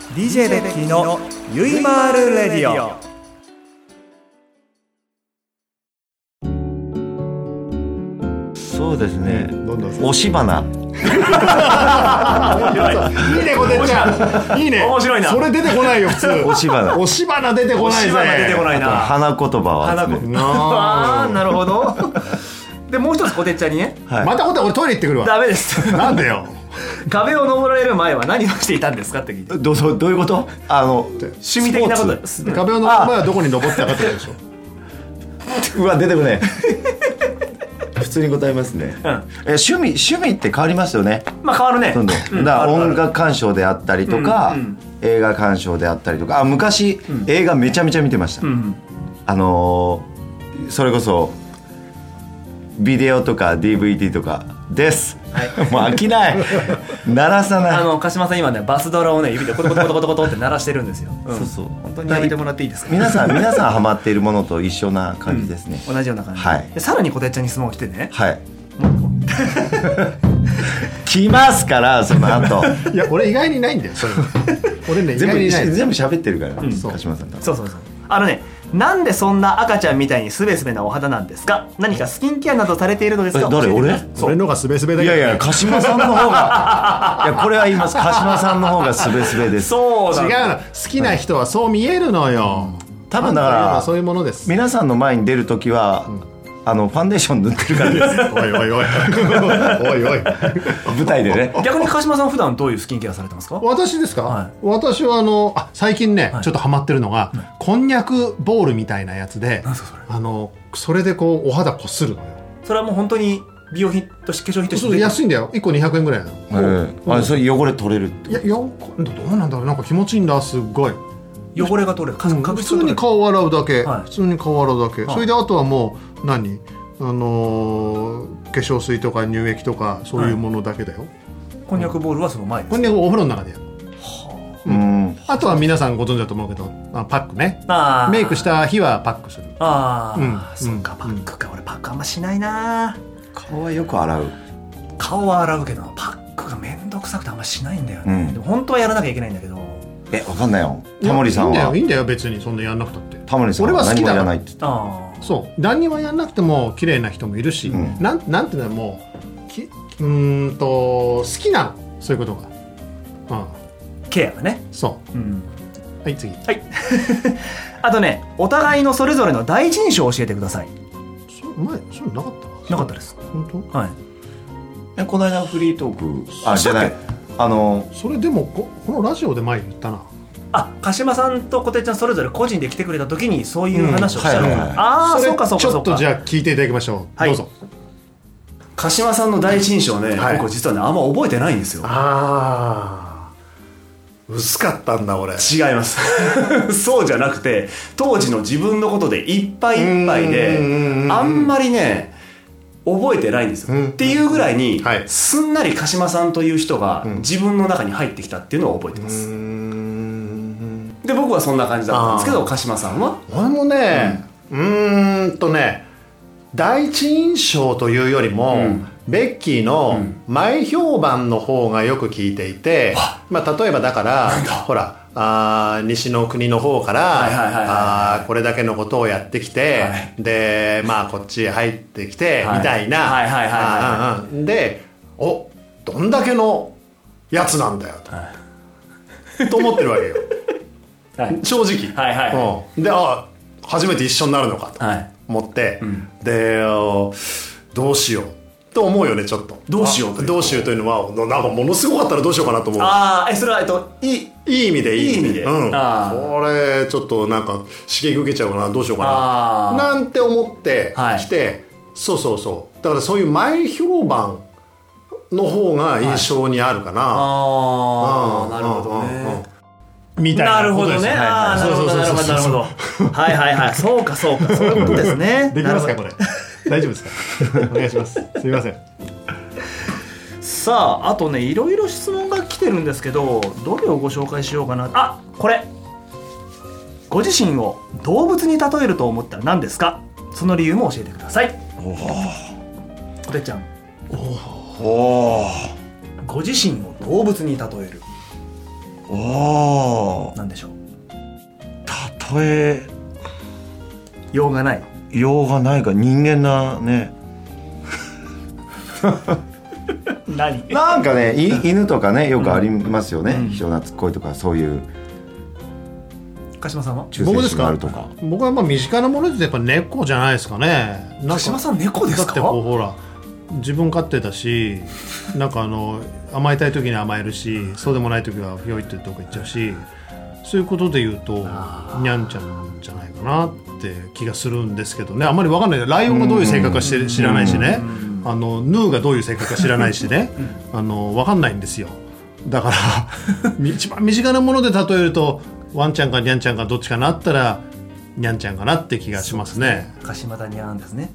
DJ ベッキーのゆいまーるレディオ。 そうですね、 どんどん押し花。 いいね、こてっちゃん。いいね。 面白いな。 それ出てこないよ、普通。 押し花。 押し花出てこないぜ。 押し花出てこないな。 花言葉はですね。 ああ、なるほど。でもう一つこてっちゃんにね、 はい、 またこて俺トイレ行ってくるわ。 ダメです。 なんでよ。 壁を登られる前は何をしていたんですかって聞いて。 どういうこと？ 趣味的なことです。 壁を登る前はどこに登ってたかってことでしょ。 うわ、出てこねえ。普通に答えますね。趣味って変わりますよね。 まあ変わるね。 どんどん。だから音楽鑑賞であったりとか、映画鑑賞であったりとか、昔、映画めちゃめちゃ見てました。それこそビデオとか DVD とかです。はい、もう飽きない。鳴らさない。 鹿島さん今ね、バスドラをね、指でコトコトコトコトコトって鳴らしてるんですよ。 そうそう。 本当にやめてもらっていいですか。 皆さんハマっているものと一緒な感じですね。 同じような感じ。 はい。 でさらにこてっちゃんに質問来てね。 はい。来ますからその後。 いや、俺意外にないんだよ。それ。俺ね、意外にない。 全部喋ってるから。鹿島さん。 そう。なんでそんな赤ちゃんみたいにスベスベなお肌なんですか。何かスキンケアなどされているのですか。 誰？ 俺のがスベスベだけど。 いや鹿島さんの方が。いや、これは言います。鹿島さんの方がスベスベです。 そうだ。違うの。好きな人はそう見えるのよ。 多分だからそういうものです。 皆さんの前に出るときは、ファンデーション塗ってるからです。 おいおいおいおいおい。 舞台でね。 逆に鹿島さん普段どういうスキンケアされてますか。 私ですか、はい、私は最近ね、ちょっとハマってるのが、こんにゃくボールみたいなやつで、それでこうお肌こするのよ。 それはもう本当に美容品として化粧品として安いんだよ。1個200円ぐらいなの。それ汚れ取れるって。 いや、どうなんだろう。なんか気持ちいいんだ、すっごい。 汚れが取れる。 普通に顔洗うだけ、普通に顔洗うだけ、それであとはもう化粧水とか乳液とかそういうものだけだよ。 こんにゃくボールはその前です。 こんにゃくお風呂の中でやる。あとは皆さんご存知だと思うけど、パックね。メイクした日はパックする。 そうか、パックか。俺パックあんましないな。 顔はよく洗う。 顔は洗うけどパックがめんどくさくてあんましないんだよね。でも本当はやらなきゃいけないんだけど。 わかんないよ。タモリさんは。 いいんだよ別にそんなやんなくたって。 タモリさんは何もやらないって言って。 そう何にもやんなくても綺麗な人もいるし、なんていうのも好きなの、そういうことが。 ケアがね。 そう。はい、次。 はい。あとね、お互いのそれぞれの第一印象を教えてください。 前そういうのなかった？ なかったです。 本当？ はい。 この間フリートークじゃない。 それでもこのラジオで前言ったな。 鹿島さんとこてっちゃんそれぞれ個人で来てくれた時にそういう話をしたのか。そうか。 ちょっとじゃあ聞いていただきましょう。どうぞ。 鹿島さんの第一印象ね、僕実はねあんま覚えてないんですよ。 薄かったんだ俺。 違います。そうじゃなくて、当時の自分のことでいっぱいいっぱいで、あんまりね覚えてないんですよ。っていうぐらいに、すんなり鹿島さんという人が自分の中に入ってきたっていうのを覚えてます。で僕はそんな感じだったんですけど、鹿島さんは？ 俺もね、第一印象というよりも、ベッキーの前評判の方がよく聞いていて、例えばだからほら西の国の方からこれだけのことをやってきて、でこっち入ってきてみたいな、でどんだけのやつなんだよと思ってるわけよ。正直。で初めて一緒になるのかと思って、でどうしようと思うよね。ちょっとどうしようというのはなんかものすごかったらどうしようかなと思う。それはいい意味でいい意味で、これちょっとなんか刺激受けちゃうかな、どうしようかななんて思ってきて、そうだからそういう前評判の方が印象にあるかな。 なるほどね。 みたいなことですね。 なるほど。はい。そうか。そういうことですね。 できますかこれ？大丈夫ですか？お願いします。すみません。 さあ、あとね、いろいろ質問が来てるんですけど、どれをご紹介しようかな。これ。ご自身を動物に例えると思ったら何ですか？その理由も教えてください。こてっちゃん。ご自身を動物に例える。 おなんでしょう。 例えようがないか人間なね何なんかね犬とかねよくありますよね、人懐っこいとかそういう鹿島さんは？ 忠誠心があるとか。 僕は身近なものでやっぱ猫じゃないですかね。 鹿島さん猫ですか？ だってこうほら自分飼ってたしなんか甘えたい時に甘えるしそうでもない時はひょいってどこ行っちゃうし、そういうことで言うとにゃんちゃんじゃないかなって気がするんですけどね。あんまり分かんない。ライオンがどういう性格か知らないしね、ヌーがどういう性格か知らないしね分かんないんですよ。だから一番身近なもので例えるとワンちゃんかニャンちゃんかどっちかなったらニャンちゃんかなって気がしますね。 鹿島田ニャンですね。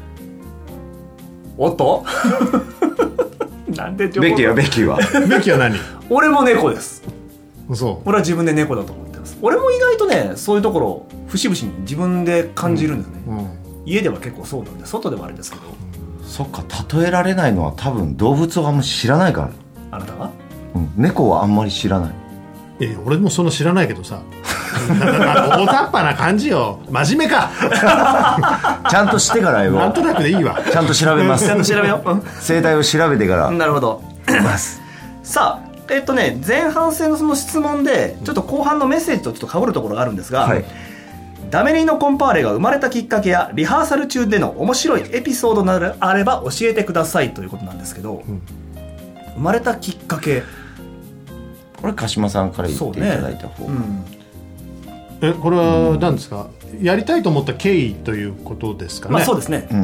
おっとなんでベッキーはベッキーは何？ 俺も猫です。 そう。 俺は自分で猫だと思ってます。俺も意外とねそういうところ節々に自分で感じるんですね、家では結構そうなんで外ではあれですけど。 そっか、例えられないのは多分動物をあんまり知らないから。 あなたは？ 猫はあんまり知らない。 俺もその知らないけどさ大雑把な感じよ。真面目かちゃんとしてからなんとなくでいいわ。 ちゃんと調べます。 ちゃんと調べよう、 生態を調べてからなるほどさあ前半戦のその質問でちょっと後半のメッセージとちょっと被るところがあるんですが、ダメリーノコンパーレが生まれたきっかけやリハーサル中での面白いエピソードなどあれば教えてくださいということなんですけど、生まれたきっかけ、 これ鹿島さんから言っていただいた方が、 これは何ですか、やりたいと思った経緯ということですかね。 そうですね、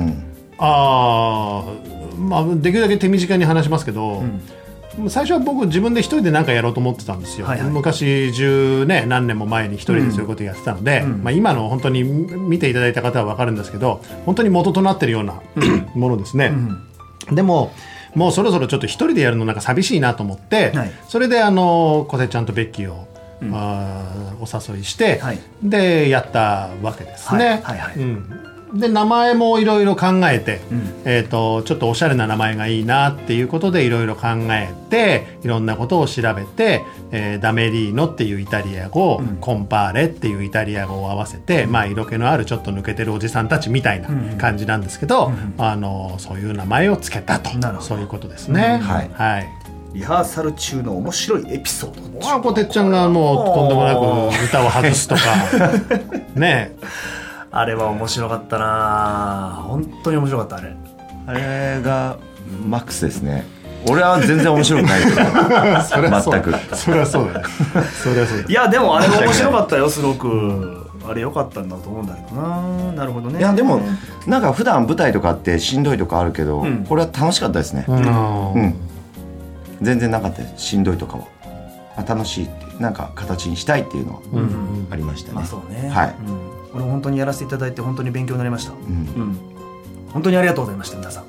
できるだけ手短に話しますけど、最初は僕自分で一人で何かやろうと思ってたんですよ、昔何年も前に一人でそういうことやってたので、今の本当に見ていただいた方は分かるんですけど本当に元となってるようなものですね、でももうそろそろちょっと一人でやるのなんか寂しいなと思って、それで小瀬ちゃんとベッキーを、お誘いして、でやったわけですね。で名前もいろいろ考えて、ちょっとおしゃれな名前がいいなっていうことでいろいろ考えていろんなことを調べて、ダメリーノっていうイタリア語、コンパーレっていうイタリア語を合わせて、色気のあるちょっと抜けてるおじさんたちみたいな感じなんですけど、そういう名前をつけたと、そういうことですね。 リハーサル中の面白いエピソード、 てっちゃんがもうとんでもなく歌を外すとかねあれは面白かったな、本当に面白かった。 あれがマックスですね。俺は全然面白くないけど全くそれはそうだねいやでもあれも面白かったよ、すごく。あれ良かったんだと思うんだけどな。なるほどね。 いやでもなんか普段舞台とかってしんどいとかあるけど、これは楽しかったですね。全然なかったです、しんどいとかは。楽しいってなんか形にしたいっていうのはありましたね。 そうね、俺も本当にやらせていただいて本当に勉強になりました。本当にありがとうございました皆さん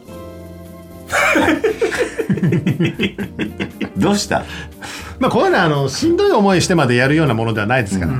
どうしたこういうのはしんどい思いしてまでやるようなものではないですから、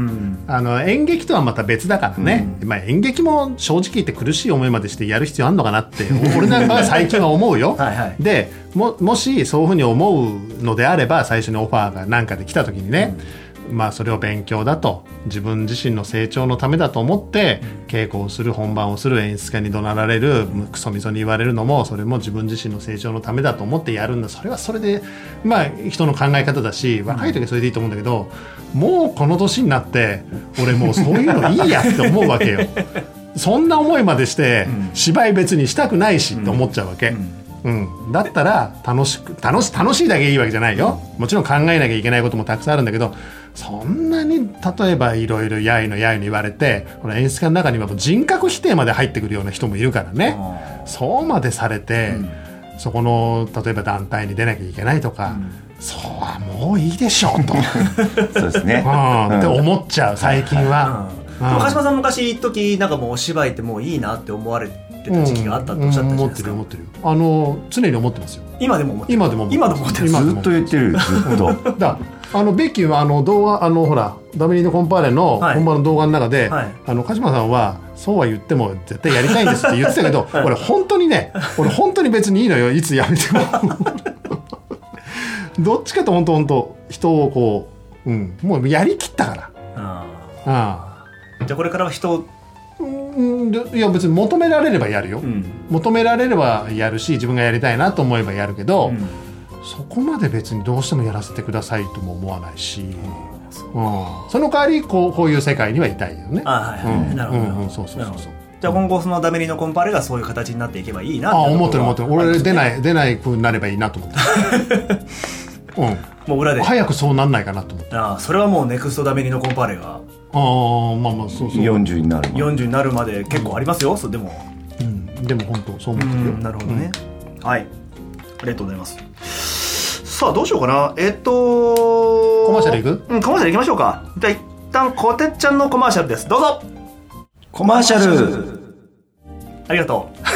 演劇とはまた別だからね、演劇も正直言って苦しい思いまでしてやる必要あるのかなって俺なんかは最近は思うよで もしそういうふうに思うのであれば最初にオファーが何かで来た時にね、それを勉強だと自分自身の成長のためだと思って稽古をする、本番をする、演出家に怒鳴られる、クソみそに言われるのもそれも自分自身の成長のためだと思ってやるんだ。それはそれで人の考え方だし、若い時はそれでいいと思うんだけど、もうこの年になって俺もうそういうのいいやって思うわけよそんな思いまでして芝居別にしたくないしって思っちゃうわけ。だったら楽しいだけいいわけじゃないよ。もちろん考えなきゃいけないこともたくさんあるんだけど、そんなに例えばいろいろやいの言われて、この演出家の中にはもう人格否定まで入ってくるような人もいるからね。そうまでされて、そこの例えば団体に出なきゃいけないとか、そうはもういいでしょうとそうですね、 って思っちゃう最近は。 鹿島さん昔一時なんかもうお芝居ってもういいなって思われてた時期があったっておっしゃったじゃないですか。 思ってる常に思ってますよ。 今でも思ってる。 今でも思ってる。 ずっと言ってるずっとだベッキーは動画ほらダメリーノコンパーレの本番の動画の中で、鹿島さんはそうは言っても絶対やりたいんですって言ってたけど俺本当に別にいいのよ、いつやめてもどっちかと本当人をこうもうやりきったから。 じゃあこれからは人いや別に求められればやるよ、求められればやるし自分がやりたいなと思えばやるけど、そこまで別にどうしてもやらせてくださいとも思わないし、その代わりこういう世界にはいたいよね。 なるほど。そうじゃあ今後そのダメリのコンパレがそういう形になっていけばいいなって思ってる俺出ないくなればいいなと思ってもう裏で早くそうなんないかなと思って。 それはもうネクストダメリのコンパレがまあそう 40になる 40になるまで結構ありますよ。でも本当そう思ってるよ。 なるほどね。はい、ありがとうございます。さあどうしようかな。コマーシャルいく？ コマーシャルいきましょうか。じゃあ一旦こてっちゃんのコマーシャルです。どうぞ。 コマーシャル。 ありがとう。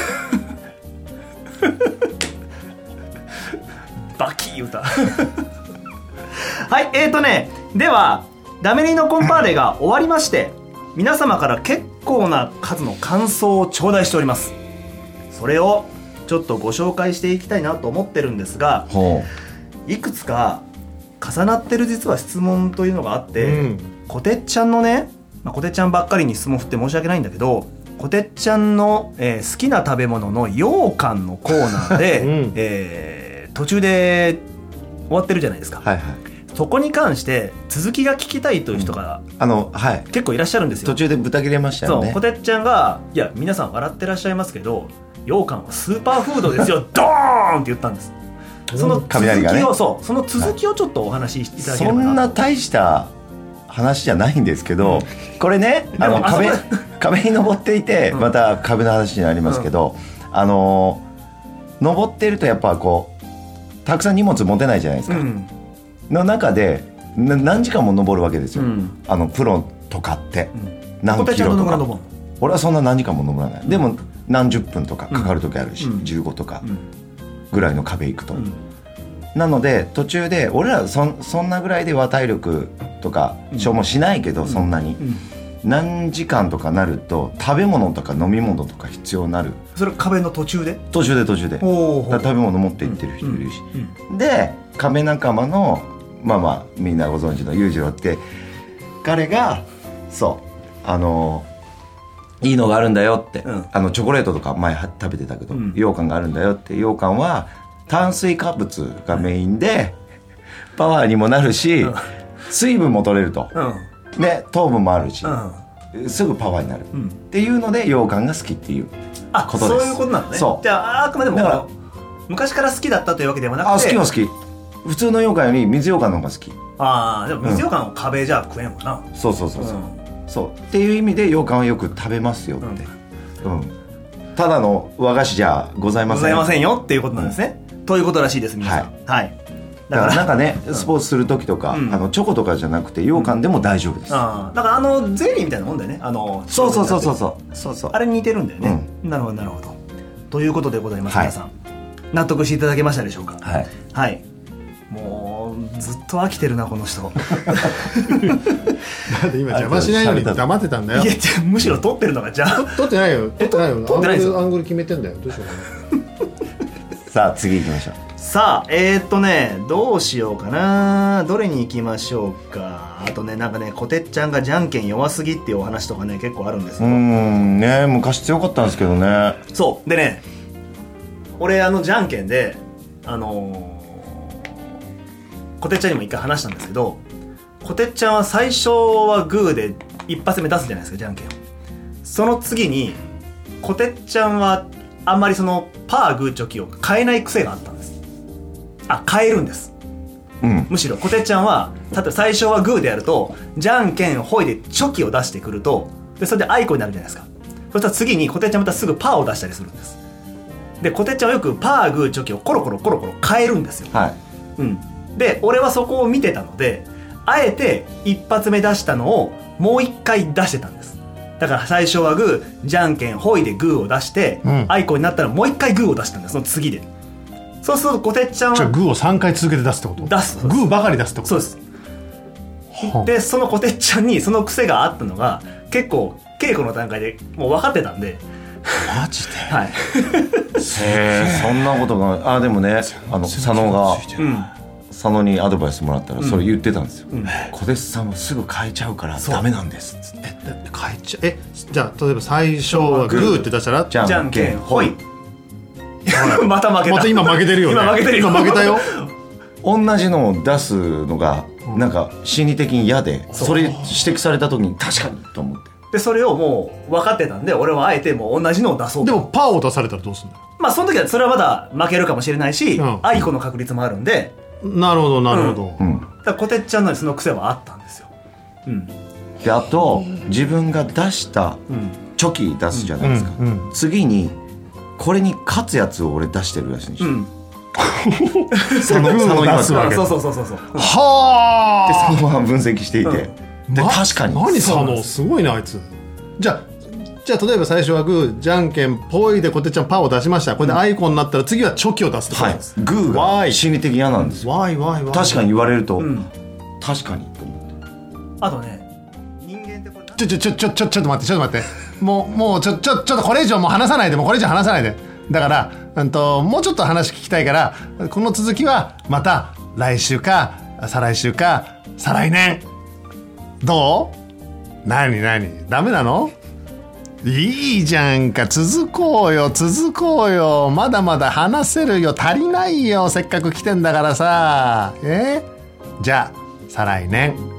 バキー歌。はい、ではダメリのコンパーレが終わりまして、皆様から結構な数の感想を頂戴しております。それをちょっとご紹介していきたいなと思ってるんですが、いくつか重なってる実は質問というのがあって、こてっちゃんのね、こてっちゃんばっかりに質問振って申し訳ないんだけど、こてっちゃんの、好きな食べ物の羊羹のコーナーで、途中で終わってるじゃないですか。そこに関して続きが聞きたいという人が、結構いらっしゃるんですよ。 途中で豚切れましたよね。 こてっちゃんがいや皆さん笑ってらっしゃいますけど羊羹はスーパーフードですよドーンって言ったんです。その続きを、その続きをちょっとお話しいただければな。 そんな大した話じゃないんですけど、これね壁に登っていて、また壁の話になりますけど、登っているとやっぱこうたくさん荷物持てないじゃないですか、の中で何時間も登るわけですよ、プロとかって、何キロとか。俺はそんな何時間も登らない、でも何十分とかかかる時あるし、15とかぐらいの壁行くと、なので途中で俺らそんなぐらいでは体力とか消耗しないけど、そんなに、何時間とかなると食べ物とか飲み物とか必要になる。 それ壁の途中でだから食べ物持って行ってる人いるし、で壁仲間のみんなご存知の裕次郎って彼がいいのがあるんだよって、チョコレートとか前食べてたけど、羊羹があるんだよって。羊羹は炭水化物がメインでパワーにもなるし、水分も取れると、ね、糖分もあるし、すぐパワーになる、っていうので羊羹が好きっていうことです。 そういうことなのね。じゃああくまでも昔から好きだったというわけではなくて、 好き普通の羊羹より水羊羹の方が好き。 でも水羊羹を壁じゃ食えんもんな。そうっていう意味で羊羹はよく食べますよって、ただの和菓子じゃございませんよっていうことなんですね、ということらしいです皆さん。 だからなんかね、スポーツする時とか、チョコとかじゃなくて羊羹でも大丈夫です。だからゼリーみたいなもんだよね。 そうあれに似てるんだよね、なるほどということでございます。皆さん納得していただけましたでしょうか。はい、もうずっと飽きてるなこの人。 だって今邪魔しないように黙ってたんだよ。 いやむしろ撮ってるのが撮ってないよ。アングル決めてんだよ。どうしようかな。 さあ次行きましょう。 さあどうしようかな。どれに行きましょうか。あとねこてっちゃんがじゃんけん弱すぎっていうお話とかね結構あるんですよ。 昔強かったんですけどね。 そうでね、俺じゃんけんでこてっちゃんにも一回話したんですけど、こてっちゃんは最初はグーで一発目出すじゃないですか、じゃんけんを。その次にこてっちゃんはあんまりそのパーグーチョキを変えない癖があったんです。変えるんです、むしろこてっちゃんは例えば最初はグーでやるとじゃんけんほいでチョキを出してくると、でそれであいこになるじゃないですか。そしたら次にこてっちゃんまたすぐパーを出したりするんです。でこてっちゃんはよくパーグーチョキをコロコロ変えるんですよ。で俺はそこを見てたので、あえて一発目出したのをもう一回出してたんです。だから最初はグー、じゃんけんほいでグーを出して、あいこになったらもう一回グーを出したんです。その次で。そうするとこてっちゃんはグーを3回続けて出すってこと？ 出す。 グーばかり出すってこと？ そうです。でそのこてっちゃんにその癖があったのが結構稽古の段階でもう分かってたんで。 マジで？ はい。 そんなことがでもね佐野が、 佐野にアドバイスもらったらそれ言ってたんですよ、小手さんはすぐ変えちゃうからダメなんですっつって。 変えちゃじゃあ例えば最初はグーって出したらじゃんけんほいまた負けた。 また今負けてるよね。 今負けてるよ。 今負けたよ。 同じのを出すのがなんか心理的に嫌で、それ指摘された時に確かにと思って、 でそれをもう分かってたんで、俺はあえてもう同じのを出そうと。 でもパーを出されたらどうするの？ まあその時はそれはまだ負けるかもしれないし、あいこの確率もあるんで。 なるほどなるほど、 だからこてっちゃんのその癖はあったんですよ。 であと自分が出したチョキ出すじゃないですか、次にこれに勝つやつを俺出してるらしいんですよ、その出すわけ。 そうはあ。 でそのまま分析していて、で確かに何佐野すごいねあいつ。じゃあ例えば最初はグーじゃんけんぽいでこてっちゃんパーを出しました。これでアイコンになったら次はチョキを出すってことです。 グーが心理的嫌なんですよ。確かに言われると、確かにと思って。 あとね、人間ってこれちょっと待ってもうちょっとこれ以上もう話さないで、もうこれ以上話さないで。だからもうちょっと話聞きたいから、この続きはまた来週か再来週か再来年。どう？何ダメなの？いいじゃんか、続こうよ。まだまだ話せるよ。足りないよ、せっかく来てんだからさ。じゃあ再来年。